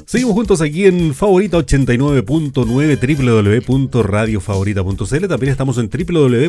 Seguimos juntos aquí en Favorita 89.9, www.radiofavorita.cl. También estamos en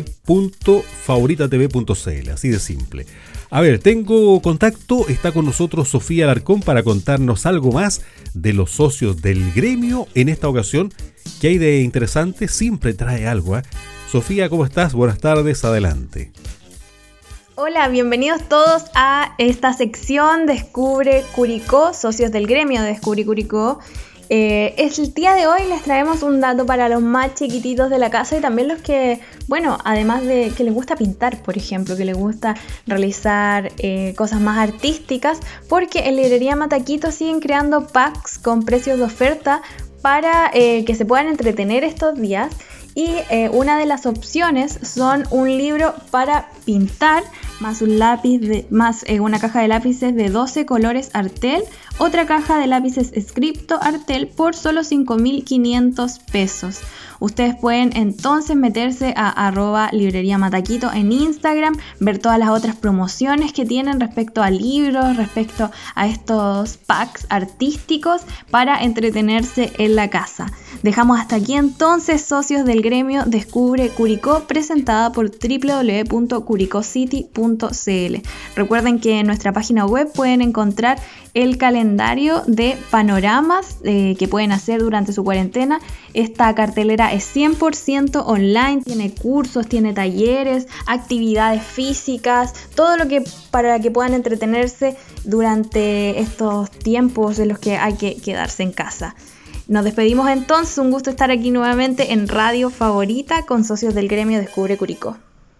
www.favoritatv.cl, así de simple. A ver, tengo contacto, está con nosotros Sofía Alarcón para contarnos algo más de los socios del gremio en esta ocasión. ¿Qué hay de interesante? Siempre trae algo, ¿eh? Sofía, ¿cómo estás? Buenas tardes, adelante. Hola, bienvenidos todos a esta sección Descubre Curicó, socios del gremio de Descubre Curicó. El día de hoy les traemos un dato para los más chiquititos de la casa y también los que, bueno, además de que les gusta pintar, por ejemplo, que les gusta realizar cosas más artísticas, porque en Librería Mataquito siguen creando packs con precios de oferta para que se puedan entretener estos días. Y una de las opciones son un libro para pintar, más un lápiz, una caja de lápices de 12 colores Artel, otra caja de lápices Scripto Artel por solo 5.500 pesos. Ustedes pueden entonces meterse a @librería Mataquito en Instagram, ver todas las otras promociones que tienen respecto a libros, respecto a estos packs artísticos para entretenerse en la casa. Dejamos hasta aquí entonces, socios del gremio Descubre Curicó, presentada por www.curicocity.cl. Recuerden que en nuestra página web pueden encontrar el calendario de panoramas que pueden hacer durante su cuarentena. Esta cartelera es 100% online, tiene cursos, tiene talleres, actividades físicas, todo lo que para que puedan entretenerse durante estos tiempos en los que hay que quedarse en casa. Nos despedimos entonces, un gusto estar aquí nuevamente en Radio Favorita con socios del gremio Descubre Curicó.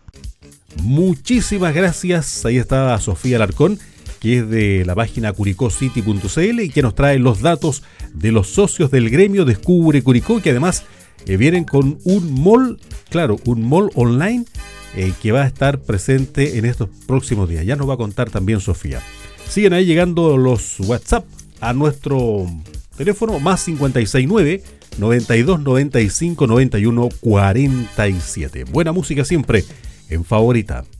Muchísimas gracias, ahí está Sofía Alarcón, que es de la página curicocity.cl y que nos trae los datos de los socios del gremio Descubre Curicó, que además vienen con un mall online que va a estar presente en estos próximos días. Ya nos va a contar también Sofía. Siguen ahí llegando los WhatsApp a nuestro teléfono más 569 92 95 91 47. Buena música siempre en Favorita.